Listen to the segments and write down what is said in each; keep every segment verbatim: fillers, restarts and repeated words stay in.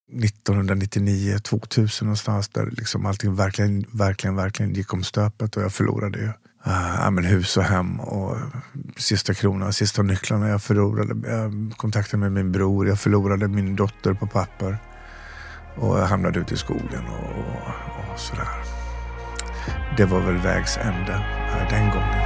nittonhundranittionio tvåtusen någonstans där liksom allting verkligen, verkligen, verkligen gick om stöpet och jag förlorade ju uh, men hus och hem och sista kronan, sista nycklarna. Jag förlorade jag kontakten med min bror, jag förlorade min dotter på papper och jag hamnade ute i skogen och, och, och sådär. Det var väl vägs ände uh, den gången.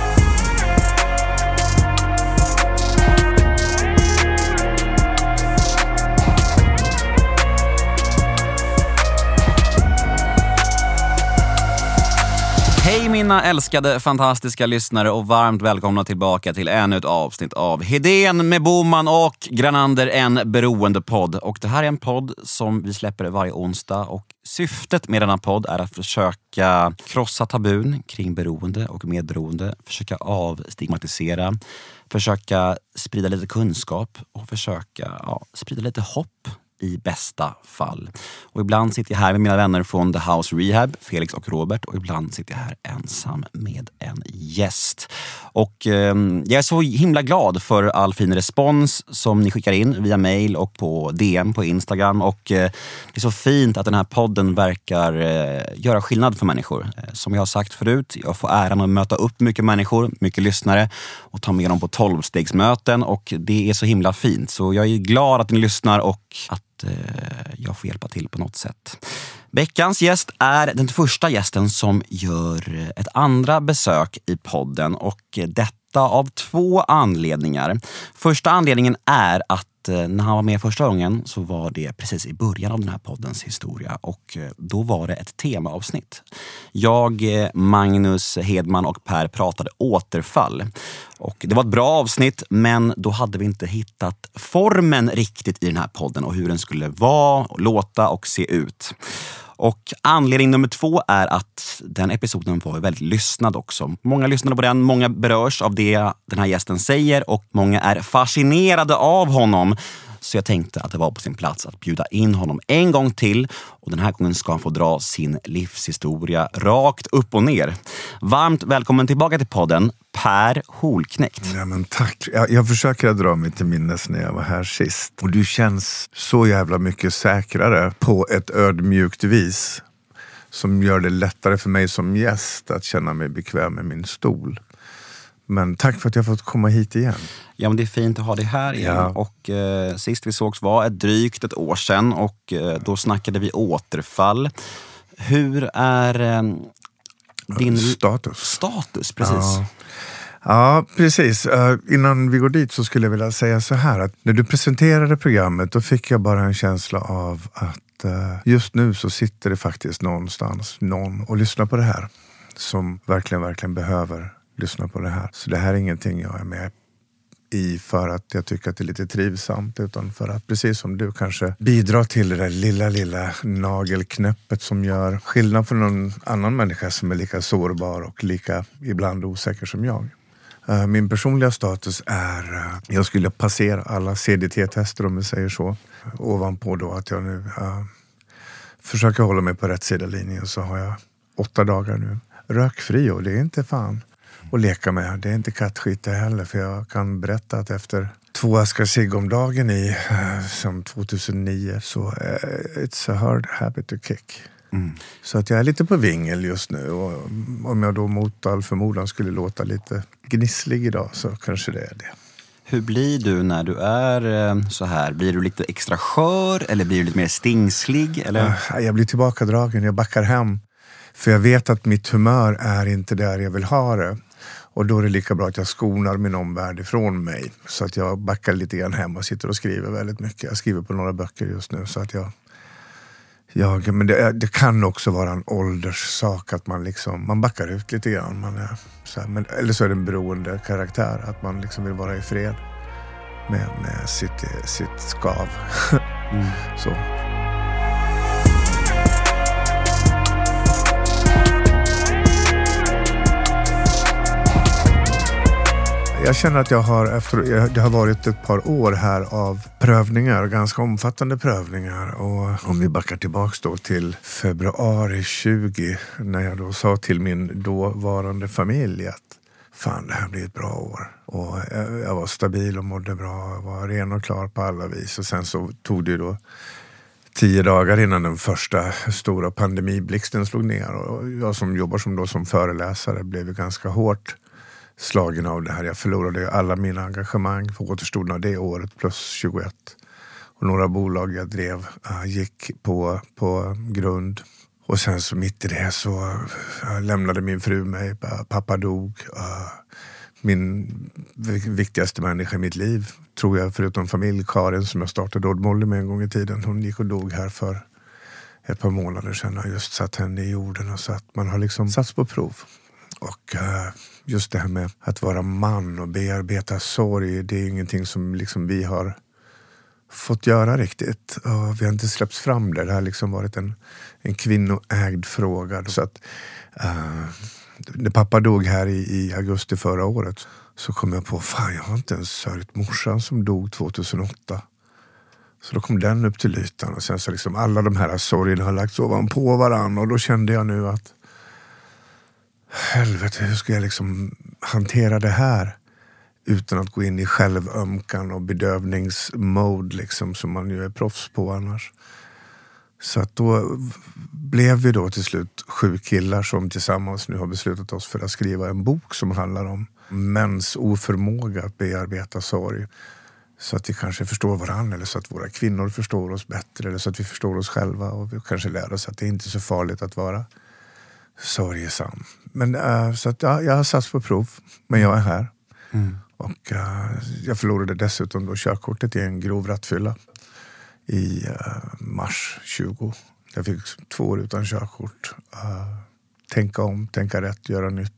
Hej mina älskade fantastiska lyssnare och varmt välkomna tillbaka till ännu ett avsnitt av Hedén med Boman och Granander, en beroendepodd. Och det här är en podd som vi släpper varje onsdag och syftet med denna podd är att försöka krossa tabun kring beroende och medberoende, försöka avstigmatisera, försöka sprida lite kunskap och försöka ja, sprida lite hopp i bästa fall. Och ibland sitter jag här med mina vänner från The House Rehab, Felix och Robert, och ibland sitter jag här ensam med en gäst. Och eh, jag är så himla glad för all fin respons som ni skickar in via mail och på D M på Instagram. Och eh, det är så fint att den här podden verkar eh, göra skillnad för människor. Eh, som jag har sagt förut, jag får äran att möta upp mycket människor, mycket lyssnare och ta med dem på tolvstegsmöten, och det är så himla fint. Så jag är glad att ni lyssnar och att jag får hjälpa till på något sätt. Veckans gäst är den första gästen som gör ett andra besök i podden, och detta av två anledningar. Första anledningen är att när han var med första gången så var det precis i början av den här poddens historia, och då var det ett temaavsnitt. Jag, Magnus Hedman och Per pratade återfall, och det var ett bra avsnitt, men då hade vi inte hittat formen riktigt i den här podden och hur den skulle vara, låta och se ut. Och anledning nummer två är att den episoden var väldigt lyssnad också. Många lyssnade på den, många berörs av det den här gästen säger och många är fascinerade av honom. Så jag tänkte att det var på sin plats att bjuda in honom en gång till, och den här gången ska han få dra sin livshistoria rakt upp och ner. Varmt välkommen tillbaka till podden, Per Holknekt. Ja, men tack. Jag, jag försöker dra mig till minnes när jag var här sist. Och du känns så jävla mycket säkrare på ett ödmjukt vis som gör det lättare för mig som gäst att känna mig bekväm med min stol. Men tack för att jag fått komma hit igen. Ja, men det är fint att ha dig här igen. Ja. Och eh, sist vi sågs var ett drygt ett år sedan, och eh, då snackade vi återfall. Hur är eh, din status? Status, precis. Ja. Ja, precis. Uh, innan vi går dit så skulle jag vilja säga så här, att när du presenterade programmet då fick jag bara en känsla av att uh, just nu så sitter det faktiskt någonstans någon och lyssnar på det här som verkligen, verkligen behöver lyssna på det här. Så det här är ingenting jag är med i för att jag tycker att det är lite trivsamt, utan för att precis som du kanske bidrar till det där lilla, lilla nagelknäppet som gör skillnad för någon annan människa som är lika sårbar och lika ibland osäker som jag. Min personliga status är, jag skulle passera alla C D T-tester om vi säger så. Ovanpå då att jag nu uh, försöker hålla mig på rätt sida linjen, så har jag åtta dagar nu rökfri, och det är inte fan att leka med. Det är inte kattskit det heller, för jag kan berätta att efter två askar cigg om dagen i uh, som tjugohundranio så uh, it's a hard habit to kick. Mm. Så att jag är lite på vingel just nu, och om jag då mot all förmodan skulle låta lite gnisslig idag så kanske det är det. Hur blir du när du är så här? Blir du lite extra skör eller blir du lite mer stingslig? Eller? Jag blir tillbakadragen, jag backar hem. För jag vet att mitt humör är inte där jag vill ha det. Och då är det lika bra att jag skonar min omvärld ifrån mig. Så att jag backar lite grann hem och sitter och skriver väldigt mycket. Jag skriver på några böcker just nu, så att jag... Jag, men det, det kan också vara en ålderssak att man liksom, man backar ut lite grann. Man är så här, men, eller så är det en beroende karaktär, att man liksom vill vara i fred med, med sitt, sitt skav. Mm. Så. Jag känner att jag har, efter, det har varit ett par år här av prövningar, ganska omfattande prövningar. Och om vi backar tillbaks då till februari tjugo, när jag då sa till min dåvarande familj att fan, det här blir ett bra år. Och jag, jag var stabil och mådde bra, jag var ren och klar på alla vis. Och sen så tog det då tio dagar innan den första stora pandemiblixten slog ner. Och jag som jobbar som, då, som föreläsare blev ju ganska hårt slagen av det här. Jag förlorade alla mina engagemang för återstoden av det året plus tjugoett. Och några bolag jag drev uh, gick på, på grund. Och sen så mitt i det så uh, lämnade min fru mig. Uh, pappa dog. Uh, min viktigaste människa i mitt liv, tror jag, förutom familj, Karin, som jag startade Odd Molly med en gång i tiden. Hon gick och dog här för ett par månader sedan. Jag har just satt henne i jorden och så att man har liksom satts på prov. Och uh, just det här med att vara man och bearbeta sorg, det är ingenting som liksom vi har fått göra riktigt. Och vi har inte släppts fram det. Det har liksom varit en, en kvinnoägd fråga. Så att uh, när pappa dog här i, i augusti förra året så kom jag på, fan jag har inte ens sörjt morsan som dog tjugohundraåtta. Så då kom den upp till ytan och sen så liksom alla de här sorgerna har lagts ovanpå varann och då kände jag nu att helvete, hur ska jag liksom hantera det här utan att gå in i självömkan och bedövningsmode liksom, som man ju är proffs på annars. Så att då blev vi då till slut sju killar som tillsammans nu har beslutat oss för att skriva en bok som handlar om mäns oförmåga att bearbeta sorg. Så att vi kanske förstår varandra eller så att våra kvinnor förstår oss bättre eller så att vi förstår oss själva och vi kanske lär oss att det inte är så farligt att vara sorgesam. Men äh, så att ja, jag har satts på prov, men jag är här. Mm. Och äh, jag förlorade dessutom då körkortet i en grov rattfylla i uh, mars tjugo. Jag fick två år utan körkort. Uh, tänka om, tänka rätt, göra nytt.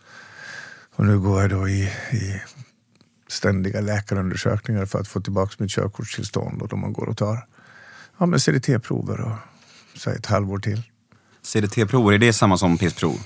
Och nu går jag då i, i ständiga läkarundersökningar för att få tillbaka mitt körkortstillstånd. Och då man går och tar ja, men C D T-prover och så ett halvår till. C D T-prover, är det samma som P I S-prov?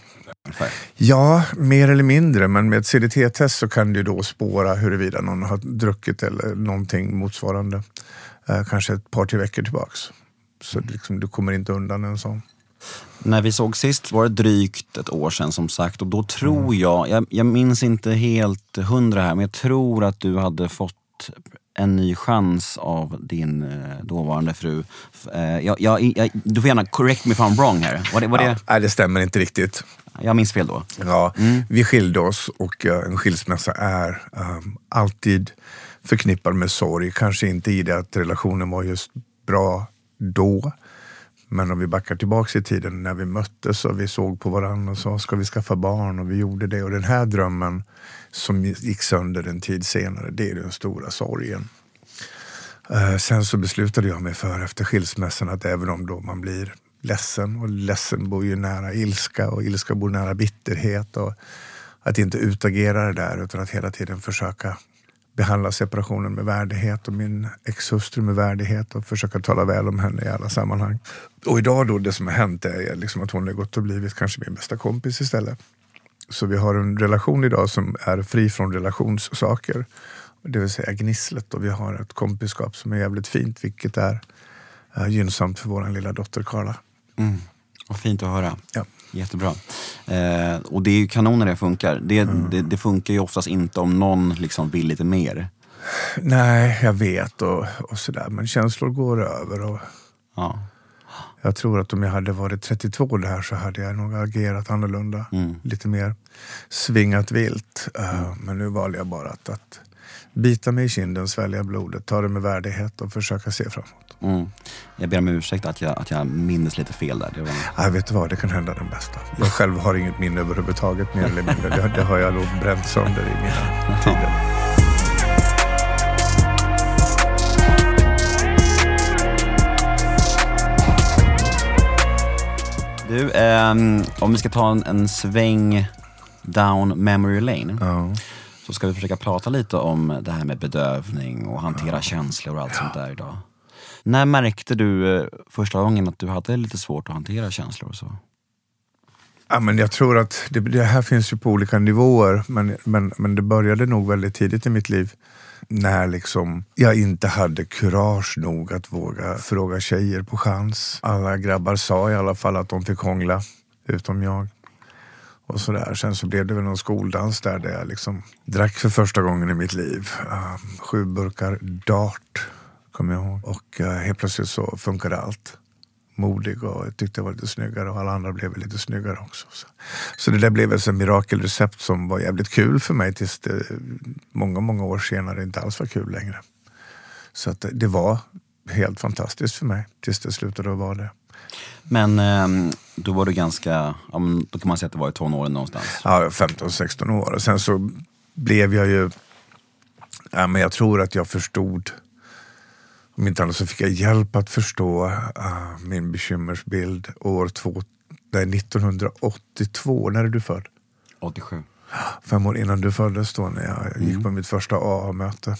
Ja, mer eller mindre. Men med ett C D T-test så kan du då spåra huruvida någon har druckit eller någonting motsvarande. Eh, kanske ett par till veckor tillbaks. Så liksom, du kommer inte undan en sån. När vi såg sist var det drygt ett år sedan som sagt. Och då tror mm. jag, jag, jag minns inte helt hundra här, men jag tror att du hade fått en ny chans av din eh, dåvarande fru. Eh, jag, jag, jag, du får gärna correct me if I'm wrong här. Var det, var det... Ja, nej, det stämmer inte riktigt. Jag minns fel då. Ja, mm. vi skilde oss och uh, en skilsmässa är um, alltid förknippad med sorg. Kanske inte i det att relationen var just bra då. Men om vi backar tillbaka i tiden när vi möttes och vi såg på varandra och sa ska vi skaffa barn och vi gjorde det. Och den här drömmen som gick sönder en tid senare, det är den stora sorgen. Uh, sen så beslutade jag mig för efter skilsmässan att även om då man blir ledsen och ledsen bor ju nära ilska och ilska bor nära bitterhet och att inte utagera det där utan att hela tiden försöka behandla separationen med värdighet och min ex-hustru med värdighet och försöka tala väl om henne i alla sammanhang. Och idag då det som har hänt är liksom att hon har gått och blivit kanske min bästa kompis istället. Så vi har en relation idag som är fri från relationssaker. Det vill säga gnisslet och vi har ett kompiskap som är jävligt fint vilket är uh, gynnsamt för vår lilla dotter Carla. Mm. Vad fint att höra. Ja. Jättebra. Eh, och det är ju kanon när det funkar. Det, mm. det, det funkar ju oftast inte om någon liksom vill lite mer. Nej, jag vet och, och sådär. Men känslor går över. Och ja. Jag tror att om jag hade varit trettiotvå där så hade jag nog agerat annorlunda. Mm. Lite mer svingat vilt. Mm. Uh, men nu valde jag bara att, att bita mig i kinden, svälja blodet, ta det med värdighet och försöka se framåt. Mm. Jag ber om ursäkt att jag, att jag minns lite fel där. Det var... Jag vet vad, det kan hända den bästa. Jag själv har inget minne överhuvudtaget mer eller mindre. Det, det har jag nog bränt sönder i mina tider. Du, eh, om vi ska ta en, en sväng down memory lane. Ja. Så ska vi försöka prata lite om det här med bedövning och hantera ja. känslor och allt ja. sånt där idag. När märkte du eh, första gången att du hade lite svårt att hantera känslor och så? Ja, men jag tror att det, det här finns ju på olika nivåer. Men, men, men det började nog väldigt tidigt i mitt liv. När liksom jag inte hade kurage nog att våga fråga tjejer på chans. Alla grabbar sa i alla fall att de fick hångla, utom jag. Och sådär. Sen så blev det väl någon skoldans där, där jag liksom drack för första gången i mitt liv. Um, sju burkar dart kommer jag ihåg. Och uh, helt plötsligt så funkade allt. Modig och jag tyckte jag var lite snyggare och alla andra blev lite snyggare också. Så, så det där blev ett mirakelrecept som var jävligt kul för mig tills det många, många år senare inte alls var kul längre. Så att det, det var helt fantastiskt för mig tills det slutade att vara det. Men eh, då var du ganska, ja, då kan man säga att det var i tonåren någonstans. Ja, femton sexton år. Och sen så blev jag ju, ja, men jag tror att jag förstod, om inte annat så fick jag hjälp att förstå uh, min bekymmersbild år två, nej, nittonhundraåttiotvå. När är du född? åttiosju. Fem år innan du föddes då, när jag mm. gick på mitt första A A-möte.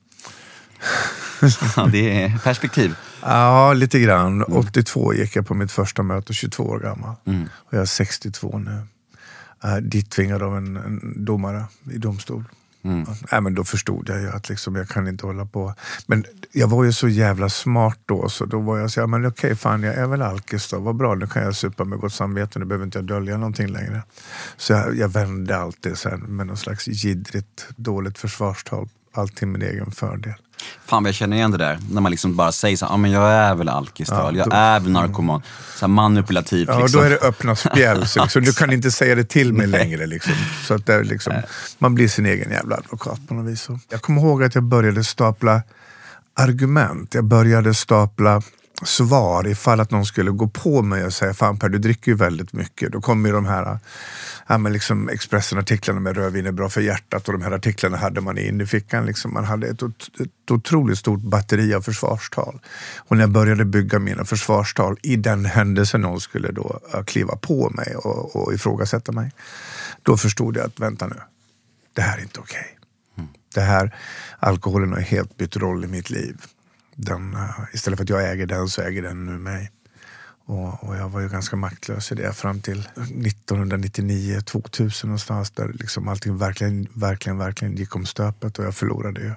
Ja, det är perspektiv. Ja, lite grann. Mm. åttiotvå gick jag på mitt första möte, tjugotvå år gammal. Mm. Och jag är sextiotvå nu. Uh, dit tvingad av en, en domare i domstol. Mm. Ja, men då förstod jag ju att liksom, jag kan inte hålla på. Men jag var ju så jävla smart då, så då var jag så, ja men okej, okay, fan jag är väl alkis då, vad bra, nu kan jag supa med gott samvete, nu behöver inte jag dölja någonting längre. Så jag, jag vände alltid sen med någon slags jiddrigt, dåligt försvarstal, allt till min egen fördel. Fan, jag känner igen det där. När man liksom bara säger så, ja ah, men jag är väl alkis då, ja, jag är väl narkoman. Så här manipulativt ja, liksom. Ja, då är det öppna spjäll. Så liksom, du kan inte säga det till mig längre liksom. Så att det är liksom, man blir sin egen jävla advokat på något vis. Jag kommer ihåg att jag började stapla argument. Jag började stapla svar ifall att någon skulle gå på mig och säga, fan Per, du dricker ju väldigt mycket. Då kommer ju de här ja, men liksom Expressen-artiklarna med rödvin är bra för hjärtat, och de här artiklarna hade man in i fickan. Liksom. Man hade ett, ett otroligt stort batteri av försvarstal. Och när jag började bygga mina försvarstal i den händelsen någon skulle då kliva på mig och, och ifrågasätta mig, då förstod jag att vänta nu, det här är inte okej. Okay. Mm. Det här, alkoholen har helt bytt roll i mitt liv. Den, uh, istället för att jag äger den så äger den nu mig. Och, och jag var ju ganska maktlös i det fram till nittonhundranittionio tvåtusen någonstans, där liksom allting verkligen, verkligen, verkligen gick om stöpet, och jag förlorade ju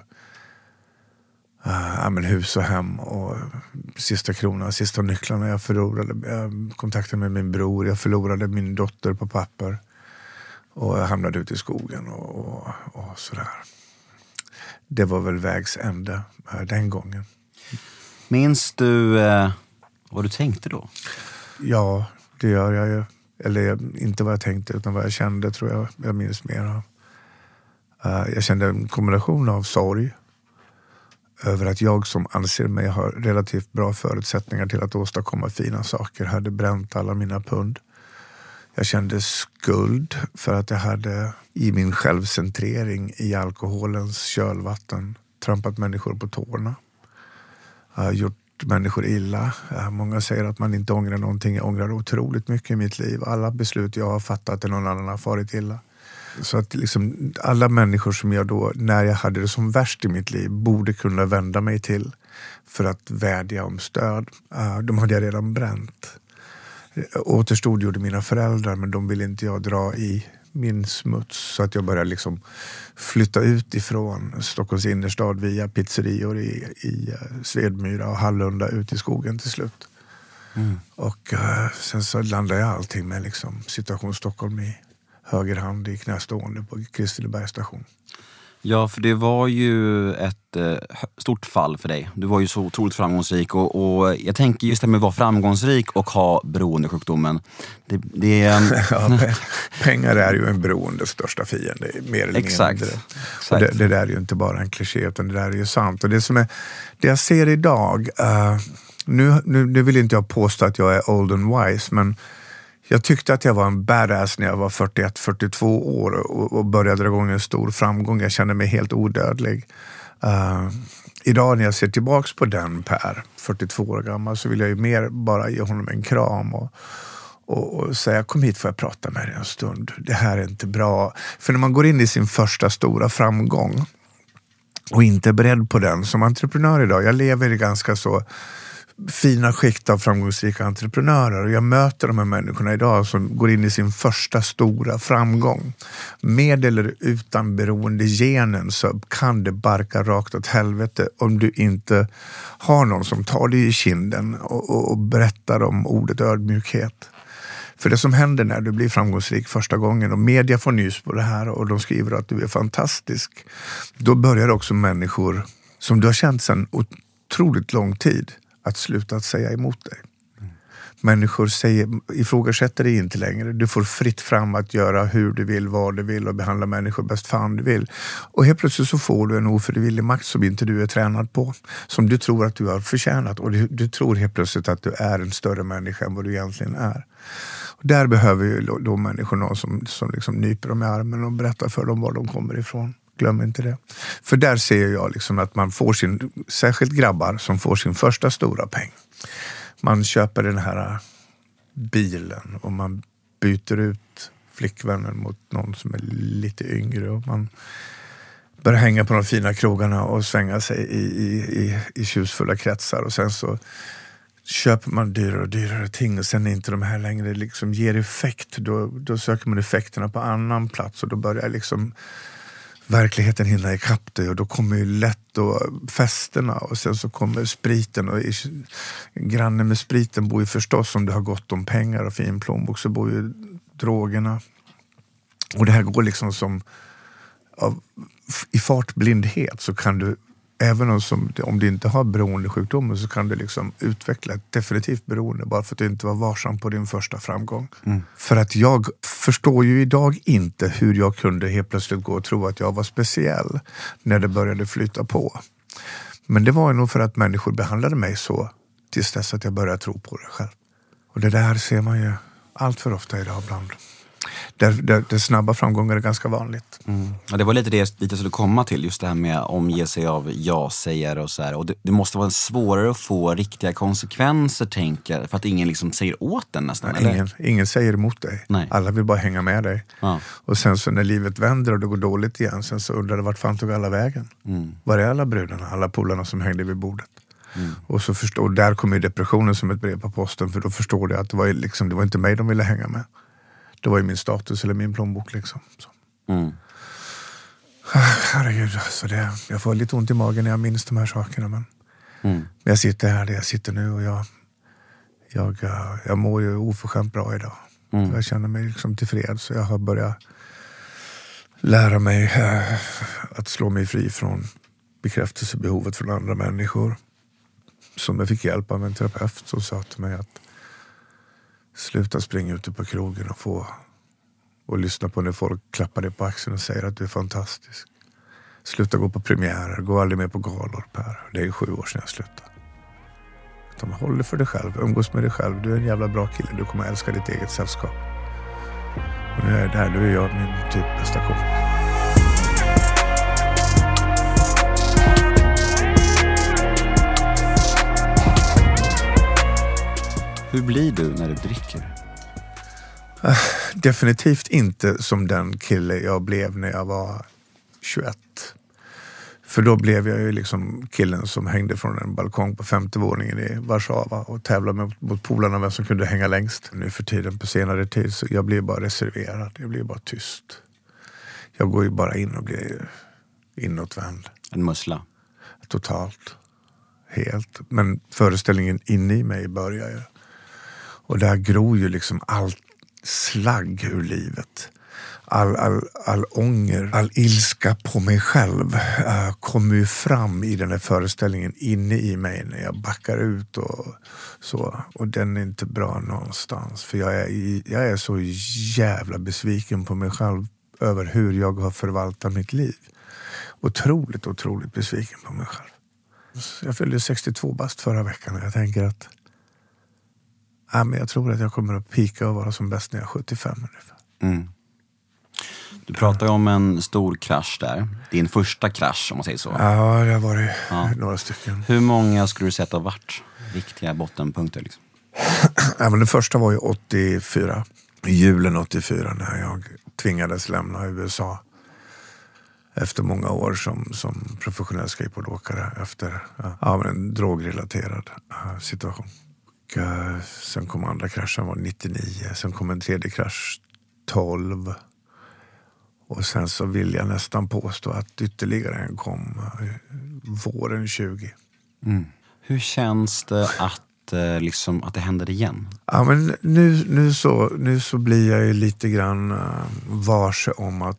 uh, ja, men hus och hem och sista kronan, sista nycklarna. Jag förlorade jag kontakten med min bror, jag förlorade min dotter på papper, och jag hamnade ute i skogen och, och, och sådär. Det var väl vägs ände uh, den gången. Minns du eh, vad du tänkte då? Ja, det gör jag ju. Eller inte vad jag tänkte, utan vad jag kände, tror jag. Jag minns mer av. Uh, jag kände en kombination av sorg över att jag, som anser mig ha relativt bra förutsättningar till att åstadkomma fina saker, hade bränt alla mina pund. Jag kände skuld för att jag hade i min självcentrering i alkoholens kölvatten trampat människor på tårna. Uh, gjort människor illa. Uh, många säger att man inte ångrar någonting. Jag ångrar otroligt mycket i mitt liv. Alla beslut jag har fattat att någon annan har farit illa. Så att liksom alla människor som jag då, när jag hade det som värst i mitt liv, borde kunna vända mig till för att vädja om stöd. Uh, de hade jag redan bränt. Återstod gjorde mina föräldrar, men de ville inte jag dra i min smuts, så att jag började liksom flytta ut ifrån Stockholms innerstad via pizzerior i, i Svedmyra och Hallunda ut i skogen till slut. Mm. Och uh, sen så landade jag allting med liksom situation Stockholm i höger hand i knästående på Kristinebergs station. Ja, för det var ju ett eh, stort fall för dig. Du var ju så otroligt framgångsrik, och, och jag tänker just det med att vara framgångsrik och ha beroendesjukdomen. Det, det, ja, pengar är ju en beroendes största fiende, mer eller exakt, mindre. exakt. Det, det där är ju inte bara en kliché, utan det där är ju sant. Och det som är, det jag ser idag, uh, nu, nu, nu vill inte jag påstå att jag är old and wise, men jag tyckte att jag var en badass när jag var fyrtioett fyrtiotvå år och, och började dra igång en stor framgång. Jag kände mig helt odödlig. Uh, idag när jag ser tillbaks på den Per, fyrtiotvå år gammal, så vill jag ju mer bara ge honom en kram och, och, och säga, kom hit får jag prata med dig en stund. Det här är inte bra. För när man går in i sin första stora framgång och inte är beredd på den som entreprenör idag, jag lever i ganska så fina skikt av framgångsrika entreprenörer, och jag möter de här människorna idag som går in i sin första stora framgång. Med eller utan beroende genen så kan det barka rakt åt helvete om du inte har någon som tar dig i kinden och, och, och berättar om ordet ödmjukhet. För det som händer när du blir framgångsrik första gången och media får nys på det här och de skriver att du är fantastisk, då börjar också människor som du har känt sedan otroligt lång tid att sluta att säga emot dig. Mm. Människor säger, ifrågasätter dig inte längre. Du får fritt fram att göra hur du vill, vad du vill och behandla människor bäst fan du vill. Och helt plötsligt så får du en ofrivillig makt som inte du är tränad på. Som du tror att du har förtjänat. Och du, du tror helt plötsligt att du är en större människa än vad du egentligen är. Och där behöver ju då, då människor någon som, som liksom nyper dem i armen och berättar för dem var de kommer ifrån. Glöm inte det. För där ser jag liksom att man får sin, särskilt grabbar som får sin första stora peng. Man köper den här bilen och man byter ut flickvännen mot någon som är lite yngre och man börjar hänga på de fina krogarna och svänga sig i, i, i, i tjusfulla kretsar och sen så köper man dyrare och dyrare ting och sen inte de här längre liksom ger effekt, då, då söker man effekterna på annan plats och då börjar liksom verkligheten hinna ikapp dig och då kommer ju lätt och festerna och sen så kommer spriten och grannen med spriten bor ju förstås, om du har gott om pengar och fin plånbok så bor ju drogerna och det här går liksom som av, i fartblindhet så kan du även om, som, om du inte har beroendesjukdomar så kan du liksom utveckla ett definitivt beroende bara för att du inte var varsam på din första framgång. Mm. För att jag förstår ju idag inte hur jag kunde helt plötsligt gå och tro att jag var speciell när det började flyta på. Men det var nog för att människor behandlade mig så tills dess att jag började tro på det själv. Och det där ser man ju allt för ofta idag bland. Där, där, där snabba framgångar är ganska vanligt. Mm. Ja, det var lite det jag lite skulle komma till, just det här med att omge sig av ja-sägare och så här. Och det, det måste vara svårare att få riktiga konsekvenser, tänker jag, för att ingen liksom säger åt den nästan. Nej, ingen, ingen säger emot dig. Nej. Alla vill bara hänga med dig. Ja. Och sen så när livet vänder och det går dåligt igen, sen så undrar det vart fan tog alla vägen. Mm. Var är alla brudarna, alla polarna som hängde vid bordet? Mm. Och så förstår, där kommer depressionen som ett brev på posten, för då förstår det att det var, liksom, det var inte mig de ville hänga med. Det var ju min status eller min plånbok liksom. Så. Mm. Herregud, alltså det, jag får lite ont i magen när jag minns de här sakerna. Men, mm. men jag sitter här där jag sitter nu och jag, jag, jag mår ju oförskämt bra idag. Mm. Jag känner mig liksom tillfreds så jag har börjat lära mig äh, att slå mig fri från bekräftelsebehovet från andra människor. Som jag fick hjälp av en terapeut som sa till mig att sluta springa ute på krogen och få och lyssna på när folk klappar dig på axeln och säger att du är fantastisk. Sluta gå på premiärer, gå aldrig mer på galor, Per. Det är ju sju år sedan jag slutade. Utan håll det för dig själv, umgås med dig själv. Du är en jävla bra kille, du kommer älska ditt eget sällskap. Och nu är jag där, nu är jag min typ bästa kompis. Hur blir du när du dricker? Uh, definitivt inte som den kille jag blev när jag var tjugoett. För då blev jag ju liksom killen som hängde från en balkong på femte våningen i Warszawa och tävlade mot, mot polarna vem som kunde hänga längst. Nu för tiden, på senare tid, så jag blir bara reserverad. Jag blir bara tyst. Jag går ju bara in och blir inåtvänd. En mussla? Totalt. Helt. Men föreställningen inne i mig börjar ju. Och där gror ju liksom allt slagg ur livet. All, all, all ånger, all ilska på mig själv uh, kommer ju fram i den här föreställningen inne i mig när jag backar ut och så. Och den är inte bra någonstans. För jag är, jag är så jävla besviken på mig själv över hur jag har förvaltat mitt liv. Otroligt, otroligt besviken på mig själv. Jag fyllde sextiotvå bast förra veckan och jag tänker att ja, men jag tror att jag kommer att pika och vara som bäst när jag är sjuttiofem ungefär. Mm. Du pratar ju om en stor krasch där. Din första krasch, om man säger så. Ja, det har varit ja. några stycken. Hur många skulle du säga har varit riktiga bottenpunkter? Liksom? Ja, men den första var ju åttiofyra. Julen åttiofyra när jag tvingades lämna U S A. Efter många år som, som professionell skateboardåkare. Efter ja, en drogrelaterad uh, situation. Och, uh, sen kom andra kraschen var nittionio. Sen kom en tredje krasch tolv. Och sen så vill jag nästan påstå att ytterligare en kom uh, våren tjugo. Mm. Hur känns det att, uh, liksom, att det händer igen? Ja, men nu, nu, så, nu så blir jag ju lite grann uh, varse om att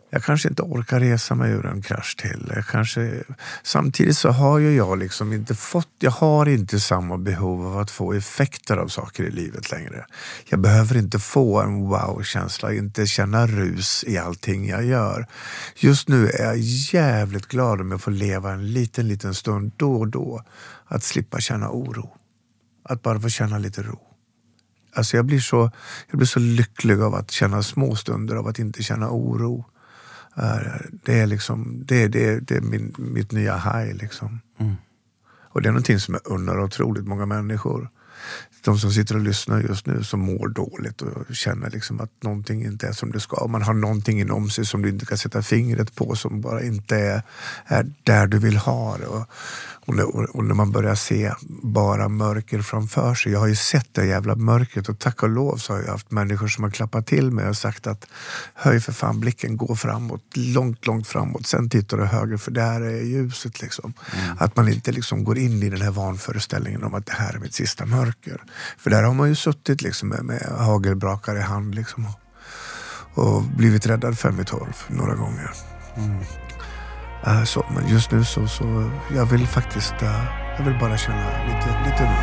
Jag kanske inte orkar resa mig ur en krasch till. Jag kanske, samtidigt så har ju jag liksom inte fått, jag har inte samma behov av att få effekter av saker i livet längre. Jag behöver inte få en wow-känsla, inte känna rus i allting jag gör. Just nu är jag jävligt glad om jag får leva en liten, liten stund då och då. Att slippa känna oro. Att bara få känna lite ro. Alltså jag blir så, jag blir så lycklig av att känna små stunder av att inte känna oro. Det är liksom det, det, det är min, mitt nya high liksom. Mm. Och det är någonting som jag undrar otroligt många människor. De som sitter och lyssnar just nu som mår dåligt och känner liksom att någonting inte är som det ska. Man har någonting inom sig som du inte kan sätta fingret på, som bara inte är, är där du vill ha det. Och, och, när, och när man börjar se bara mörker framför sig. Jag har ju sett det jävla mörkret, och tack och lov så har jag haft människor som har klappat till mig och sagt att höj för fan blicken, gå framåt, långt, långt framåt. Sen tittar du höger, för där är ljuset liksom. Mm. Att man inte liksom går in i den här vanföreställningen om att det här är mitt sista mörker. För där har man ju suttit liksom med, med hagelbrakare i hand liksom, och, och blivit räddad fem i tolv några gånger. Mm. Uh, så, men just nu så, så jag vill faktiskt uh, jag vill bara känna lite, lite ro.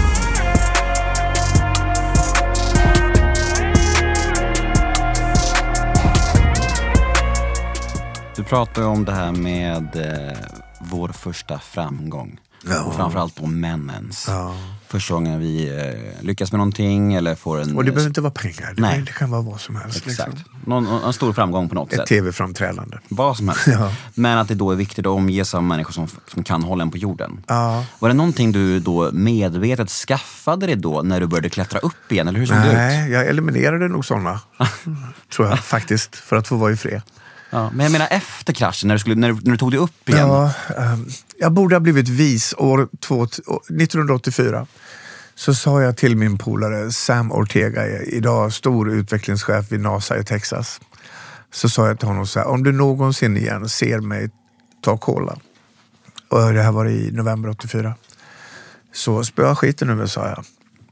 Du pratar ju om det här med eh, vår första framgång. Ja. Och framförallt på männens. Ja. Första gången vi eh, lyckas med någonting eller får en... Och det behöver inte vara pengar. Det, Nej. det kan vara vad som helst. Exakt. Liksom. Någon, en stor framgång på något Ett sätt. Ett tv-framträdande. Vad som helst. Ja. Men att det då är viktigt att omges av människor som, som kan hålla en på jorden. Ja. Var det någonting du då medvetet skaffade dig då när du började klättra upp igen? Eller hur såg det ut? Nej, jag eliminerade nog sådana. tror jag faktiskt. För att få vara i fred. Ja, men jag menar efter kraschen, när du, skulle, när du, när du tog dig upp igen. Ja, um, jag borde ha blivit vis år två, nittonhundraåttiofyra. Så sa jag till min polare Sam Ortega, idag stor utvecklingschef vid NASA i Texas. Så sa jag till honom så här: om du någonsin igen ser mig ta cola. Och det här var i november åttiofyra. Så spöa skiten nu, sa jag.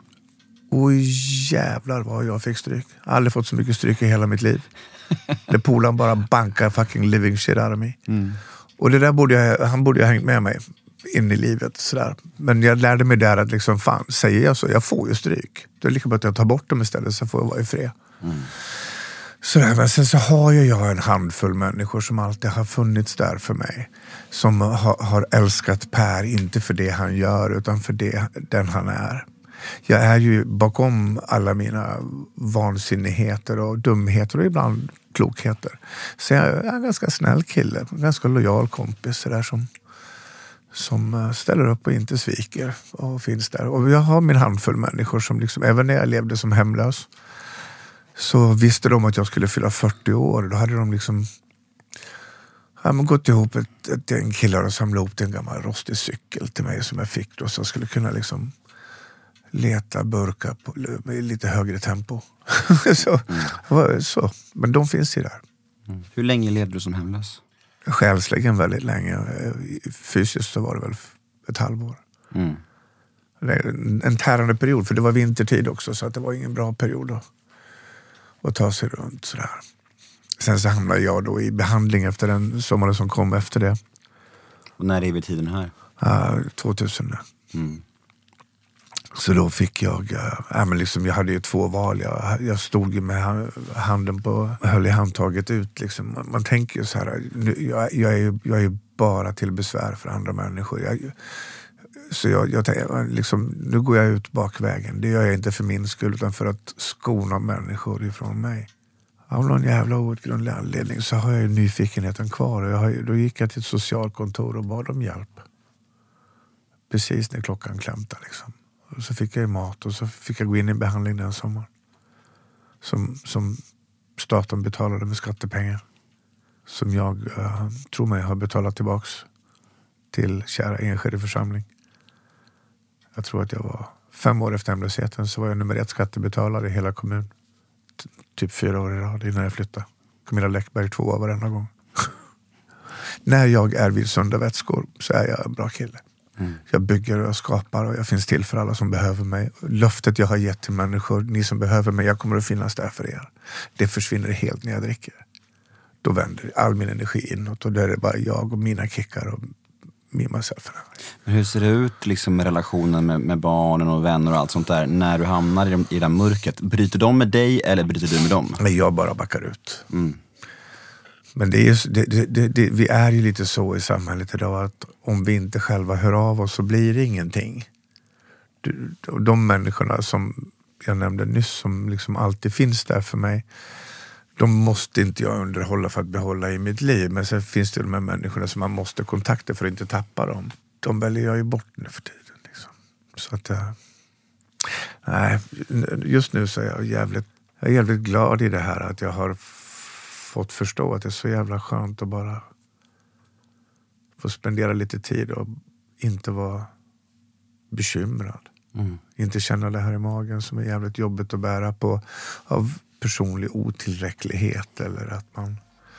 Oj jävlar vad jag fick stryk. Jag har aldrig fått så mycket stryk i hela mitt liv. Där polan bara bankar fucking living shit out of me. Mm. Och det där borde jag, han borde ha hängt med mig in i livet sådär. Men jag lärde mig där att liksom, fan, säger jag så, jag får ju stryk. Det är lika bra att jag tar bort dem istället, så får jag vara i fred. Mm. Sådär, men sen så har ju jag en handfull människor som alltid har funnits där för mig. Som har, har älskat Per, inte för det han gör utan för det, den han är. Jag är ju bakom alla mina vansinnigheter och dumheter och ibland klokheter. Så jag är en ganska snäll kille, en ganska lojal kompis så där, som, som ställer upp och inte sviker och finns där. Och jag har min handfull människor som liksom, även när jag levde som hemlös, så visste de att jag skulle fylla fyrtio år. Då hade de liksom ja, men gått ihop ett, ett, en kille och samlat ihop en gammal rostig cykel till mig som jag fick då, så jag skulle kunna liksom leta burkar på med lite högre tempo. så, mm. så. Men de finns ju där. Mm. Hur länge levde du som hemlös? Själsligen väldigt länge. Fysiskt så var det väl ett halvår. Mm. En, en tärande period, för det var vintertid också, så att det var ingen bra period att, att ta sig runt sådär. Sen så hamnade jag då i behandling efter den sommaren som kom efter det. Och när är vi tiden här? Uh, tvåtusen. Mm. Så då fick jag, äh, men liksom, jag hade ju två val. Jag, jag stod ju med handen på, höll i handtaget ut. Liksom. Man, man tänker ju så här, nu, jag, jag, är ju, jag är ju bara till besvär för andra människor. Jag, så jag, jag tänker, liksom, nu går jag ut bakvägen. Det gör jag inte för min skull utan för att skona människor ifrån mig. Av någon jävla outgrundlig anledning så har jag ju nyfikenheten kvar. Och jag har, då gick jag till ett socialkontor och bad om hjälp. Precis när klockan klämtade liksom. Och så fick jag ju mat och så fick jag gå in i behandling den sommaren. Som, som staten betalade med skattepengar. Som jag uh, tror mig har betalat tillbaks till kära Enskede församling. Jag tror att jag var fem år efter hemlösheten så var jag nummer ett skattebetalare i hela kommunen. T- typ fyra år i rad innan jag flyttade. Camilla Läckberg två år varenda gång. När jag är vid sunda vätskor så är jag en bra kille. Mm. Jag bygger och skapar och jag finns till för alla som behöver mig. Löftet jag har gett till människor, ni som behöver mig, jag kommer att finnas där för er. Det försvinner helt när jag dricker. då vänder all min energi inåt och då är det bara jag och mina kickar och me, myself. Men hur ser det ut liksom med relationen med, med barnen och vänner och allt sånt där när du hamnar i, i det där mörkret? Bryter de med dig eller bryter du med dem? Men jag bara backar ut. Mm. Men det är, det, det, det, det, vi är ju lite så i samhället idag att om vi inte själva hör av oss så blir det ingenting. Och de människorna som jag nämnde nyss som liksom alltid finns där för mig, de måste inte jag underhålla för att behålla i mitt liv. Men sen finns det de här människorna som man måste kontakta för att inte tappa dem. De väljer jag ju bort nu för tiden. Liksom. Så att jag... Nej, just nu så är jag jävligt, jag är jävligt glad i det här att jag har fått förstå att det är så jävla skönt att bara få spendera lite tid och inte vara bekymrad. Mm. Inte känna det här i magen som är jävligt jobbigt att bära på av personlig otillräcklighet eller att man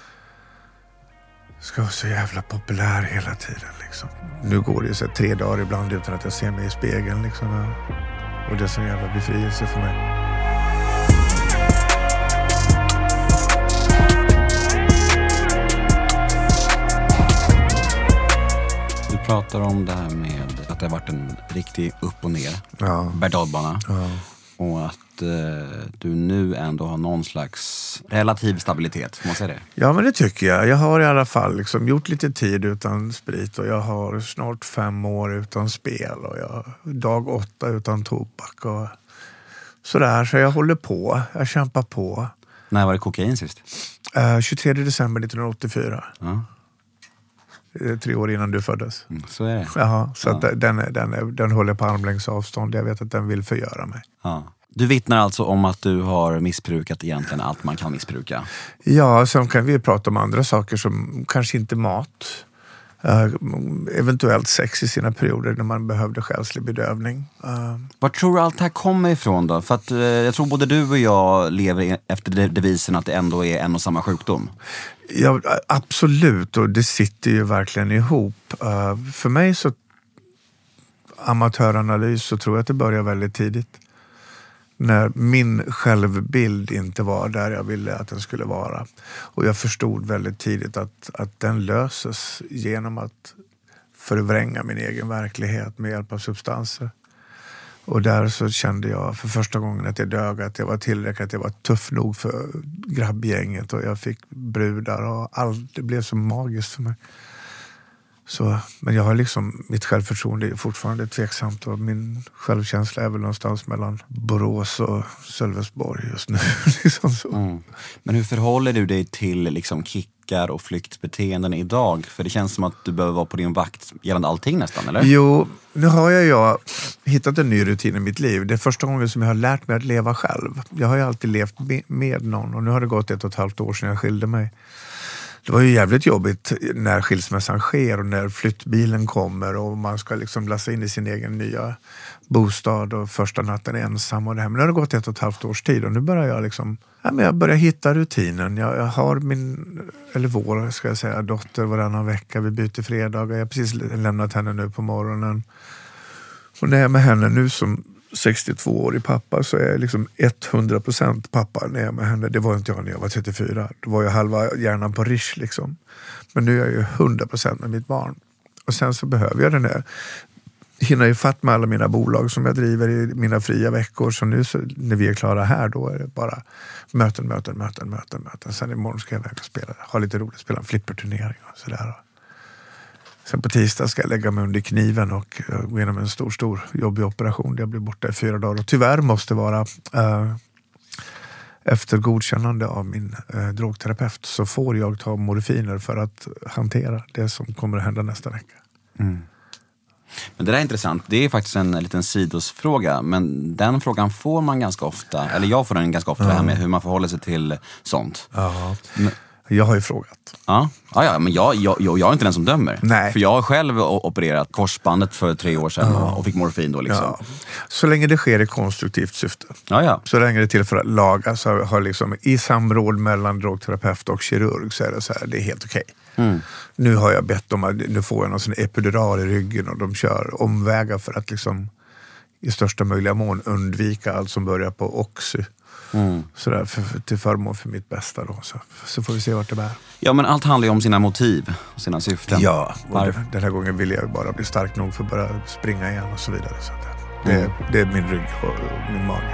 ska vara så jävla populär hela tiden liksom. Nu går det ju så tre dagar ibland utan att jag ser mig i spegeln liksom, och det är så jävla befrielse för mig. Du pratar om det här med att det har varit en riktig upp och ner ja. berg-dalbana. Ja. Och att eh, du nu ändå har någon slags relativ stabilitet, får man säga det? Ja, men det tycker jag. Jag har i alla fall liksom gjort lite tid utan sprit och jag har snart fem år utan spel och jag dag åtta utan tobak och sådär. Så jag håller på, jag kämpar på. När var det kokain sist? Uh, tjugotredje december nittonhundraåttiofyra. Ja. Tre år innan du föddes. Mm, så är det. Jaha, så ja. att den, är, den, är, den håller på armlängds avstånd. Jag vet att den vill förgöra mig. Ja. Du vittnar alltså om att du har missbrukat egentligen allt man kan missbruka. Ja, sen kan vi prata om andra saker som kanske inte mat. Uh, eventuellt sex i sina perioder när man behövde själslig bedövning. Uh. Var tror du allt det här kommer ifrån då? För att uh, jag tror både du och jag lever efter devisen att det ändå är en och samma sjukdom. Ja, absolut. Och det sitter ju verkligen ihop. Uh, för mig så amatöranalys så tror jag att det börjar väldigt tidigt. När min självbild inte var där jag ville att den skulle vara. Och jag förstod väldigt tidigt att, att den löses genom att förvränga min egen verklighet med hjälp av substanser. Och där så kände jag för första gången att jag dög, att jag var tillräckligt, att jag var tuff nog för grabbgänget och jag fick brudar och allt. Det blev så magiskt för mig. Så, men jag har liksom, mitt självförtroende är fortfarande tveksamt och min självkänsla är väl någonstans mellan Borås och Sölvesborg just nu. liksom så. Mm. Men hur förhåller du dig till liksom kickar och flyktbeteenden idag? För det känns som att du behöver vara på din vakt gällande allting nästan, eller? Jo, nu har jag, jag hittat en ny rutin i mitt liv. Det är första gången som jag har lärt mig att leva själv. Jag har ju alltid levt med någon och nu har det gått ett och ett halvt år sedan jag skilde mig. Det var ju jävligt jobbigt när skilsmässan sker och när flyttbilen kommer och man ska liksom lassa in i sin egen nya bostad och första natten ensam och det här. Men det har gått ett och ett halvt års tid och nu börjar jag liksom, ja, men jag börjar hitta rutinen. Jag, jag har min, eller vår ska jag säga, dotter varannan vecka. Vi byter fredagar. Jag har precis lämnat henne nu på morgonen. Och när jag är med henne nu som sextiotvåårig pappa så är jag liksom hundra procent pappa när jag är med henne. Det var inte jag när jag var trettiofyra. Då var jag halva hjärnan på Rish liksom. Men nu är jag ju hundra procent med mitt barn. Och sen så behöver jag den där hinna ju fatt med alla mina bolag som jag driver i mina fria veckor. Så nu så, när vi är klara här då är det bara möten, möten, möten, möten, möten. Sen imorgon ska jag iväg och spela. Ha lite roligt, spela en flipperturnering och sådär. Sen på tisdag ska jag lägga mig under kniven och gå igenom en stor, stor jobbig operation. Jag blir borta i fyra dagar och tyvärr måste vara äh, efter godkännande av min äh, drogterapeut så får jag ta morfiner för att hantera det som kommer att hända nästa vecka. Mm. Men det där är intressant. Det är faktiskt en liten sidosfråga. Men den frågan får man ganska ofta. Eller jag får den ganska ofta, ja. Det här med hur man förhåller sig till sånt. Ja. Men, jag har ju frågat. Ja, ja, ja men jag, jag, jag, jag är inte den som dömer. Nej. För jag har själv opererat korsbandet för tre år sedan ja. och fick morfin då liksom. Ja. Så länge det sker i konstruktivt syfte. Ja, ja. Så länge det är till för att laga så har liksom i samråd mellan drogterapeut och kirurg så är det så här, det är helt okej. Mm. Nu har jag bett om att nu får jag någon sån epidural i ryggen och de kör omvägar för att liksom i största möjliga mån undvika allt som börjar på oxy. Mm. Sådär, för, för, till förmån för mitt bästa då. Så, så får vi se vart det bär. Ja, men allt handlar ju om sina motiv och sina syften. Ja, och den, den här gången vill jag bara bli stark nog för att börja springa igen och så vidare. Så det, mm. det, det är min rygg och, och min mage.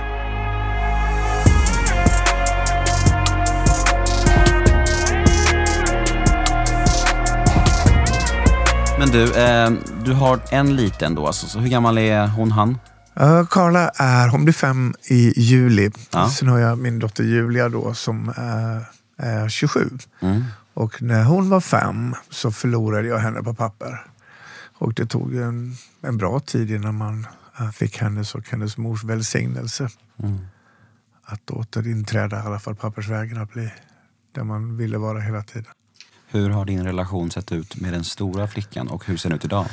Men du, eh, du har en liten då, alltså, så hur gammal är hon, han? Uh, Carla är, hon blir fem i juli. Ja. Sen har jag min dotter Julia då som är, är tjugosju. Mm. Och när hon var fem så förlorade jag henne på papper. Och det tog en, en bra tid innan man uh, fick hennes och hennes mors välsignelse. Mm. Att återinträda i alla fall pappersvägen, att bli där man ville vara hela tiden. Hur har din relation sett ut med den stora flickan och hur ser den ut idag?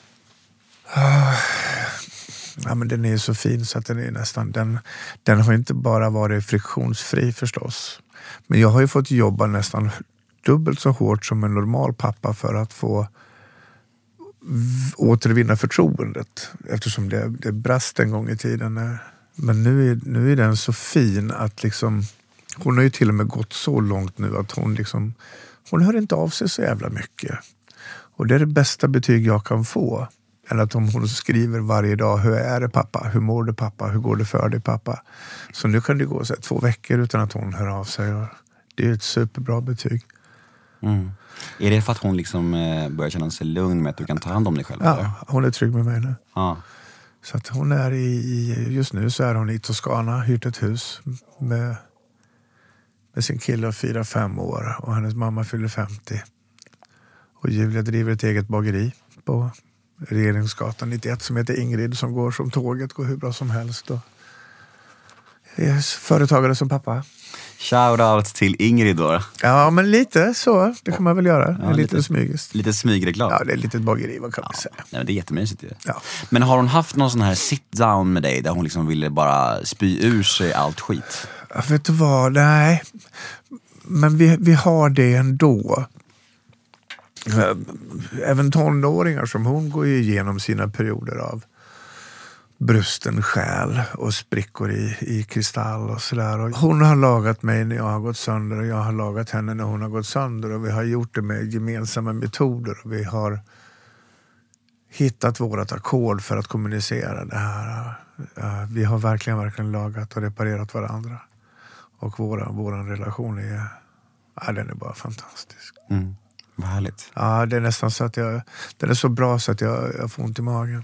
Uh, ja, men den är så fin så att den är nästan... Den, den har inte bara varit friktionsfri förstås. Men jag har ju fått jobba nästan dubbelt så hårt som en normal pappa för att få v- återvinna förtroendet. Eftersom det, det brast en gång i tiden. Men nu är, nu är den så fin att liksom... Hon har ju till och med gått så långt nu att hon liksom... Hon hör inte av sig så jävla mycket. Och det är det bästa betyg jag kan få. Än att om hon skriver varje dag, hur är det pappa? Hur mår du pappa? Hur går det för dig pappa? Så nu kan det gå så här, två veckor utan att hon hör av sig. Och det är ett superbra betyg. Mm. Är det för att hon liksom eh, börjar känna sig lugn med att du kan ta hand om dig själv? Ja, eller? Hon är trygg med mig nu. Ah. Så att hon är i, i, just nu så är hon i Toscana, hyrt ett hus med... med sin kille av fyra, fem år och hennes mamma fyller femtio. Och Julia driver ett eget bageri på Regeringsgatan nittioett som heter Ingrid, som går som tåget, går hur bra som helst. Och är företagare som pappa. Shoutout till Ingrid då. Ja, men lite så. Det kan man väl göra. Ja, lite, lite smygiskt. Lite smygreklam. Ja, det är ett litet bageri, vad kan ja. man säga. Nej, men det är jättemysigt ju. Ja. Men har hon haft någon sån här sit-down med dig där hon liksom ville bara spy ur sig allt skit? Jag vet du vad, nej. Men vi, vi har det ändå. Även tonåringar som hon går ju igenom sina perioder av brusten själ och sprickor i, i kristall och sådär. Och hon har lagat mig när jag har gått sönder och jag har lagat henne när hon har gått sönder. Och vi har gjort det med gemensamma metoder och vi har hittat vårat ackord för att kommunicera det här. Vi har verkligen, verkligen lagat och reparerat varandra. Och våra, våran relation är, ja, den är bara fantastisk. Mm. Vad härligt. Ja, det är nästan så att jag, den är så bra så att jag, jag får ont i magen.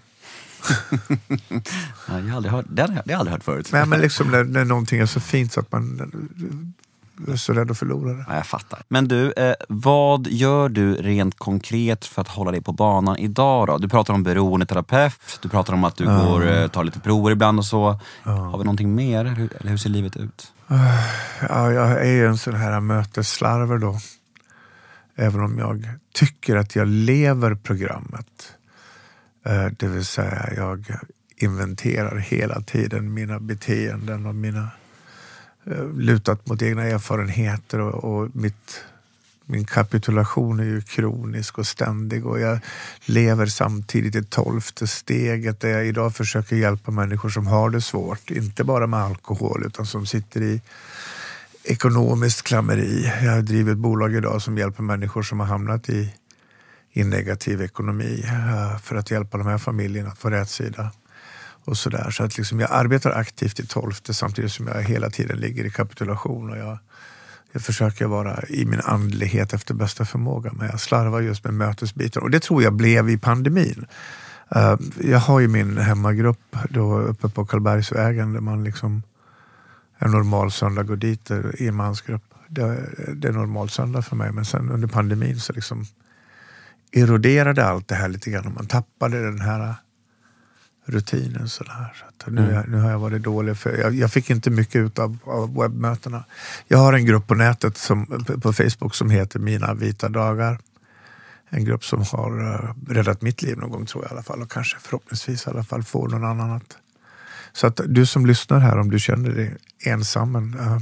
ja, jag har aldrig hört, det har jag aldrig hört förut. Nej, men liksom när, när någonting är så fint så att man är så rädd att förlora det. Ja, jag fattar. Men du, eh, vad gör du rent konkret för att hålla dig på banan idag då? Du pratar om beroendeterapeut, du pratar om att du ja. går, eh, tar lite prover ibland och så. Ja. Har vi någonting mer? Hur, eller hur ser livet ut? Ja, jag är ju en sån här mötesslarver då. Även om jag tycker att jag lever programmet. Det vill säga jag inventerar hela tiden mina beteenden och mina lutat mot egna erfarenheter och, och mitt, min kapitulation är ju kronisk och ständig och jag lever samtidigt i tolfte steget där jag idag försöker hjälpa människor som har det svårt, inte bara med alkohol utan som sitter i ekonomiskt klammeri. Jag driver ett bolag idag som hjälper människor som har hamnat i, i negativ ekonomi för att hjälpa de här familjerna att få rätt sida. Och så där. Så att liksom jag arbetar aktivt i tolfte samtidigt som jag hela tiden ligger i kapitulation. Och jag, jag försöker vara i min andlighet efter bästa förmåga. Men jag slarvar just med mötesbiten. Och det tror jag blev i pandemin. Uh, jag har ju min hemmagrupp då uppe på Karlbergsvägen där man liksom en normal söndag går dit i en mansgrupp. Det, det är normal söndag för mig. Men sen under pandemin så liksom eroderade allt det här lite grann. Och man tappade den här rutinen sådär. Så att nu, mm. nu har jag varit dålig för jag, jag fick inte mycket ut av, av webbmötena. Jag har en grupp på nätet som, på Facebook som heter Mina vita dagar. En grupp som har uh, räddat mitt liv någon gång tror jag i alla fall. Och kanske förhoppningsvis i alla fall får någon annan att. Så att du som lyssnar här, om du känner dig ensam, uh,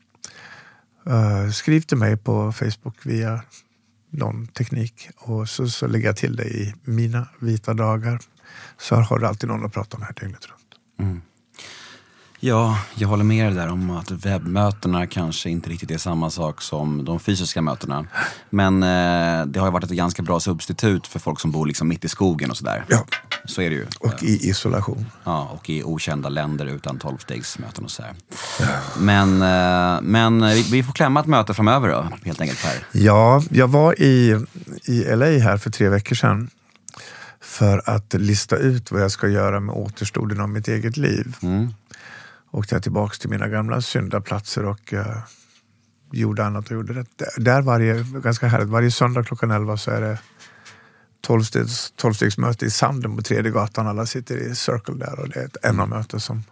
uh, skriv till mig på Facebook via någon teknik. Och så, så lägger jag till dig i Mina vita dagar. Så har du alltid någon att prata med här dygnet runt. Mm. Ja, jag håller med er där om att webbmötena kanske inte riktigt är samma sak som de fysiska mötena. Men eh, det har ju varit ett ganska bra substitut för folk som bor liksom mitt i skogen och sådär. Ja. Så är det ju. Och i isolation. Ja, och i okända länder utan tolvstegsmöten och så här. Men, eh, men vi, vi får klämma ett möte framöver då, helt enkelt Per. Ja, jag var i, i L A här för tre veckor sedan. För att lista ut vad jag ska göra med återstoden av mitt eget liv. Mm. Åkte jag tillbaka till mina gamla syndaplatser och uh, gjorde annat och gjorde det. Där varje, ganska härligt, varje söndag klockan elva så är det tolvstegs, tolvstegsmöte i Sanden på tredje gatan. Alla sitter i circle där och det är ett N A-möte som